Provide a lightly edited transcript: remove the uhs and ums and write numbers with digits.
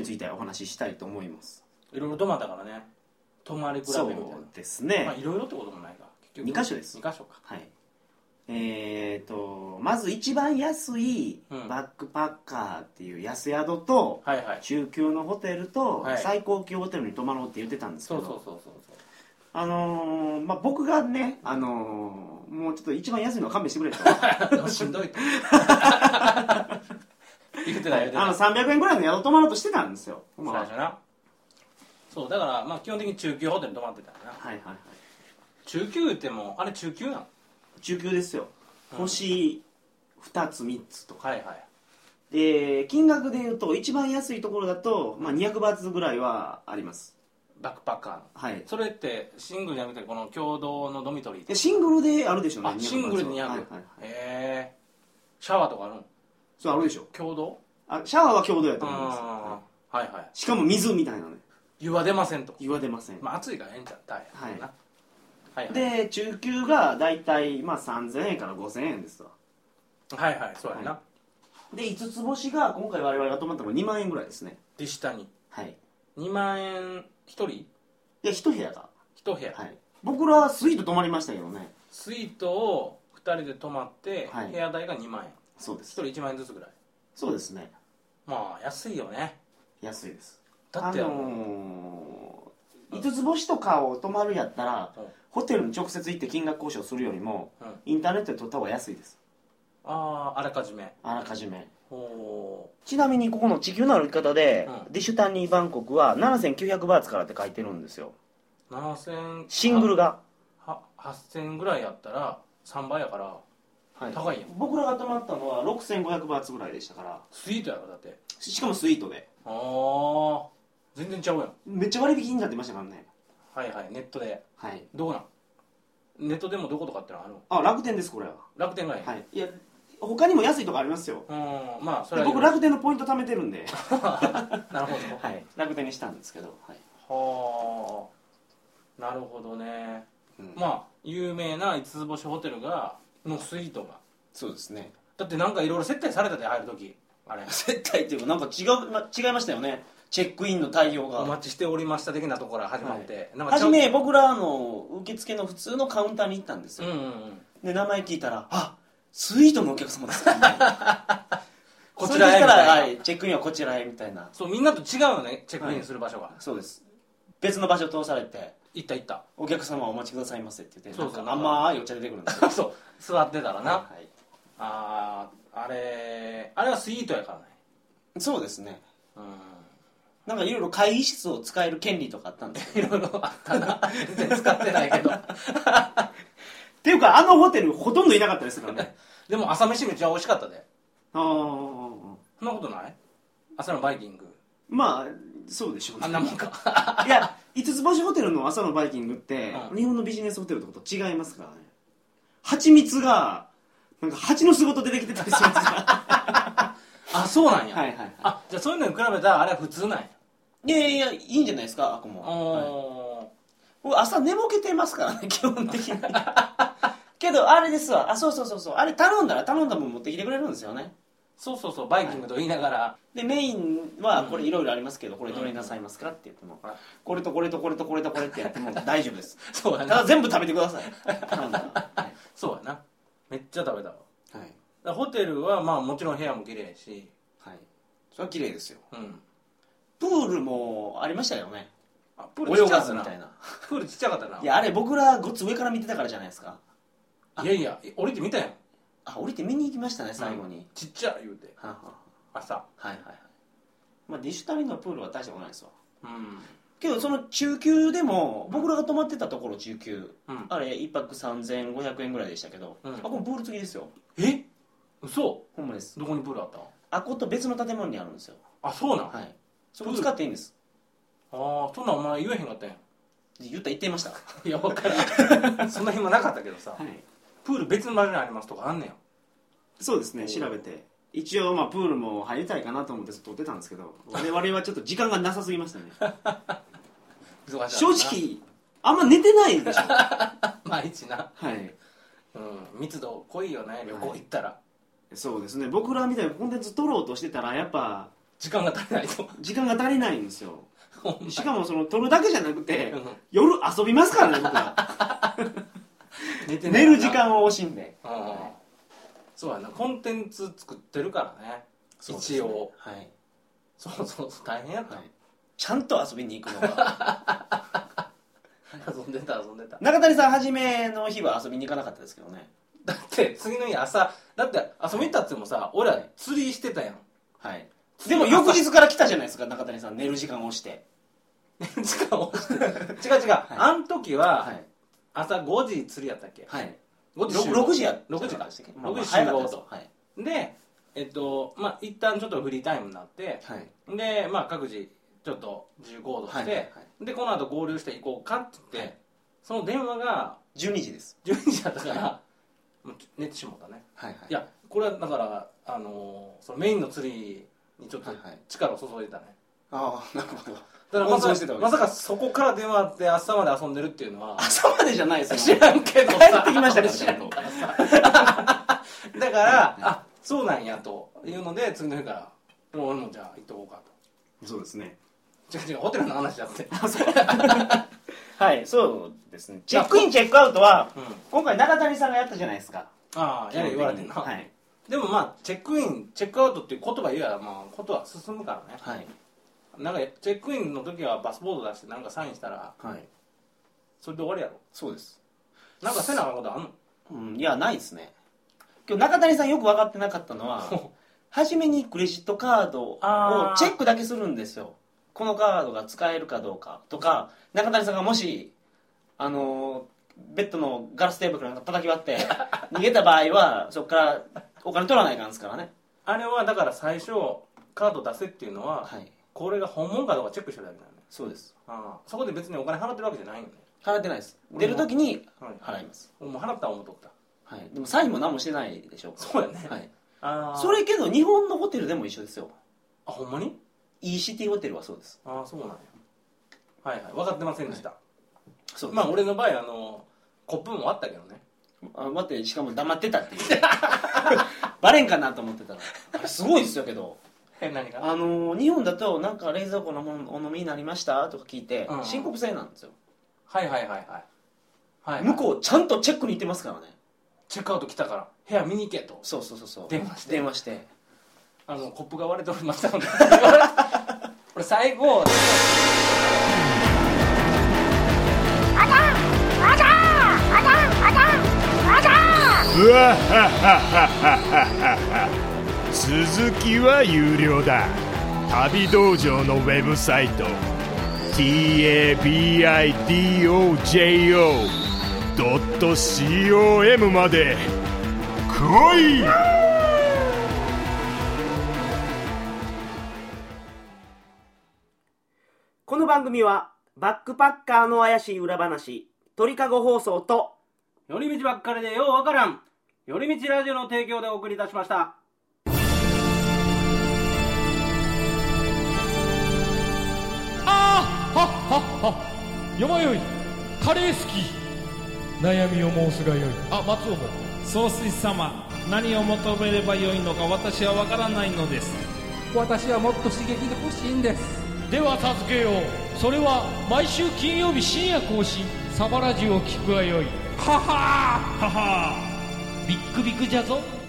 についてお話ししたいと思います。 いろいろ泊まったからね、泊まり比べみたいな。 そうですね、 まあいろいろってこともないか、結局 2箇所です。 2箇所か。 はい。まず一番安いバックパッカーっていう安宿と、 はいはい、 中級のホテルと、 はい、 最高級ホテルに泊まろうって言ってたんですけど、 そうまあ、僕がね、もうちょっと一番安いのは勘弁してくれとしんどいと言ってた 300円ぐらいの宿泊まろうとしてたんですよ、 最初な。そうだからまあ基本的に中級ホテルに泊まってたんな。 はいはいはい。 中級ってもあれ中級なの？ 中級ですよ、星2つ3つとか。 はいはい。 で金額でいうと一番安いところだと、まあ、200バーツぐらいはあります。 バックパッカーの。 はい。 それってシングルじゃなくてこの共同のドミトリーってシングルであるでしょうね。 あ、シングルで200、 はいはいはい、 へえ。シャワーとかあるの？ そうあるでしょ。 共同？ シャワーは共同やと思います。 はいはい。 しかも水みたいなね。 湯は出ませんと。 湯は出ません。 まあ暑いからええんちゃったんやな。 はいはいはい、 で中級がだいたいまあ3000円から5000円ですわ。 はいはい、そうやな、 はい、で5つ星が今回我々が泊まったのが2万円ぐらいですね。 で下にはい 2万円1人で1部屋が 1部屋、 はい、僕らはスイート泊まりましたけどね。 スイートを2人で泊まって、 はい、 部屋代が2万円。 そうです。 1人1万円ずつぐらい。 そうですね。 まあ安いよね。 安いです。 だって 5つ星とかを泊まるやったら、ホテルに直接行って金額交渉するよりも、インターネットで取った方が安いです。 あらかじめ。 ちなみにここの地球の歩き方で、ディシュタニーバンコクは7900バーツからって書いてるんですよ。 7000 シングルが 8000ぐらいやったら3倍やから、はい、高いやん。 僕らが泊まったのは6500バーツぐらいでしたから。 スイートやろだって。 しかもスイートで。 全然ちゃうやん。 めっちゃ割引になってましたからね。 はいはい、ネットで。 はい。 どうなん？ネットでもどことかってのはある？ 楽天ですこれは。 楽天がいい。 はい。いや他にも安いとこありますよ。 まあそれは僕楽天のポイント貯めてるんでなるほど。 はい。楽天にしたんですけど。はい。 はあ、なるほどね。まあ有名な5つ星ホテルがのスイートが。 そうですね。 だってなんかいろいろ接待されたで入るときあれ。 接待っていうかなんか違いましたよね。チェックインの対応が。 お待ちしておりました的なところから始まって、 はい、初め僕ら受付の普通のカウンターに行ったんですよ、で名前聞いたら「あスイートのお客様ですか」こちらへみたいな、はい、チェックインはこちらへみたいな。 そうみんなと違うよね、チェックインする場所が、はい、 そうです。別の場所通されて行ったお客様お待ちくださいませって言って、 そう甘いお茶出てくるんですよそう座ってたらな、 はい、 あれはスイートやからね。 そうですね。なんかいろいろ会議室を使える権利とかあったんですよ。 いろいろあったな。全然使ってないけどっていうかホテルほとんどいなかったですからねでも朝飯めっちゃ美味しかったで。 そんなことない？朝のバイキング。 まあそうでしょうね。 あんなもんかいや5つ星ホテルの朝のバイキングって、日本のビジネスホテルとかと違いますからね。蜂蜜がなんか蜂の巣ごと出てきてたりするんですよあ、そうなんや。 はいはいはい。 あ、じゃあそういうのに比べたらあれは普通なんや。 いやいいんじゃないですか、あこも。はい、僕朝寝ぼけてますからね、基本的にけどあれですわ、そうあれ頼んだ分持ってきてくれるんですよね。 そうバイキングと言いながら、 はい、でメインはこれいろいろありますけど、これどれなさいますかって言っても、これとこれとこれとこれとこれってやっても大丈夫ですそうやな。 ただ全部食べてください頼んだら、はい、 そうやな。めっちゃ食べたわ。 はい、 だホテルはまあもちろん部屋も綺麗し、 はい、それは綺麗ですよ。 うんプールもありましたよね。 プールちっちゃかったな。 泳がずみたいな。 プールちっちゃかったな。 いやあれ僕らごっつ上から見てたからじゃないですか。 いやいや降りてみたやん。 降りて見に行きましたね最後に、 ちっちゃ言うて、朝。 はいはいはい。まあディッシュタリのプールは大したことないですわ。 うんけどその中級でも僕らが泊まってたところ中級、あれ1泊3500円ぐらいでしたけど、これプール付きですよ。 え？嘘？ ほんまです。 どこにプールあった？ あこと別の建物にあるんですよ。 あ、そうなん？ はい。そこ使っていいんです。 ああ、そんなんお前言えへんかったやん。 言っていました。 いや分からんそんな暇なかったけどさ、プール別の場所にありますとかあんねん。 そうですね、調べて一応まあプールも入りたいかなと思って撮ってたんですけど、我々はちょっと時間がなさすぎましたね正直あんま寝てないでしょ毎日な。 はい、 密度濃いよね、旅行行ったら。 そうですね、僕らみたいなコンテンツ撮ろうとしてたらやっぱ時間が足りないと。 時間が足りないんですよ。しかもその撮るだけじゃなくて、夜遊びますからね僕は。寝る時間を惜しんで。 そうやな、コンテンツ作ってるからね、一応。 はい、 そう大変やった、 ちゃんと遊びに行くのが。 遊んでた。 中谷さん初めの日は遊びに行かなかったですけどね。 だって次の日朝、だって遊びに行ったってもさ、俺ら釣りしてたやん。 はい。でも翌日から来たじゃないですか、中谷さん。寝る時間を押して。 寝る時間を押して違う、あん時は朝5時釣りやったっけ。 はい、 6時や 6時か 6時集合と。で一旦ちょっとフリータイムになって、で各自ちょっと15度して、でこの後合流して行こうかって言って、その電話が 12時です。 12時だったからもう寝てしまったね。いやこれはだからそのメインの釣りにちょっと力を注いでたね。 ああ、なるほど。 だからまさかそこから電話あって朝まで遊んでるっていうのは。 朝までじゃないですよ。 知らんけど帰ってきましたからちゃんと。 だからそうなんやというので次の日から俺もじゃあ行っとこうかと。 そうですね。 違うホテルの話だって。 はい、そうですね。チェックインチェックアウトは今回中谷さんがやったじゃないですか。 ああ、言われてんな。でもチェックインチェックアウトっていう言葉言えばことは進むからね。はい。なんかチェックインの時はパスポート出してなんかサインしたら、それで終わりやろ。 そうです。 なんかせなあかんことあんの？ いや、ないですね。今日中谷さんよく分かってなかったのは初めにクレジットカードをチェックだけするんですよ。このカードが使えるかどうかとか、中谷さんがもしベッドのガラステーブルなんか叩き割って逃げた場合はそこからお金取らないかんですからね。 あれはだから最初カード出せっていうのは、これが本物かどうかチェックしてるだけだよね。 そうです。 そこで別にお金払ってるわけじゃないよね。 払ってないです。出るときに払います。 もう払ったら思っとった。 はい。でもサインも何もしてないでしょうか。 そうやね。 はい。それけど日本のホテルでも一緒ですよ。 あ、ほんまに ？Eシティホテルはそうです。 ああ、そうなんや。はいはい、分かってませんでした。 そうです。 俺の場合コップもあったけどね。 待って、しかも黙ってたっていう。バレんかなと思ってたら。あれすごいですよけど。 何が？ 日本だとなんか冷蔵庫のものお飲みになりましたとか聞いて申告制なんですよ。 はい。 向こうちゃんとチェックに行ってますからね。 チェックアウト来たから部屋見に行けと。 そう。 電話してコップが割れておりましたので。これ最後。 うわははは。続きは有料だ。旅道場のウェブサイト tabidojo.com まで来い。 この番組はバックパッカーの怪しい裏話、鳥かご放送と寄り道ばっかりでようわからん寄り道ラジオの提供でお送りいたしました。 よまよいカレー好き悩みを申すがよい。松尾も総帥様、何を求めればよいのか私は分からないのです。 私はもっと刺激が欲しいんです。では助けよう。それは毎週金曜日深夜更新サバラジュを聞くがよい。ははービックビックじゃぞ。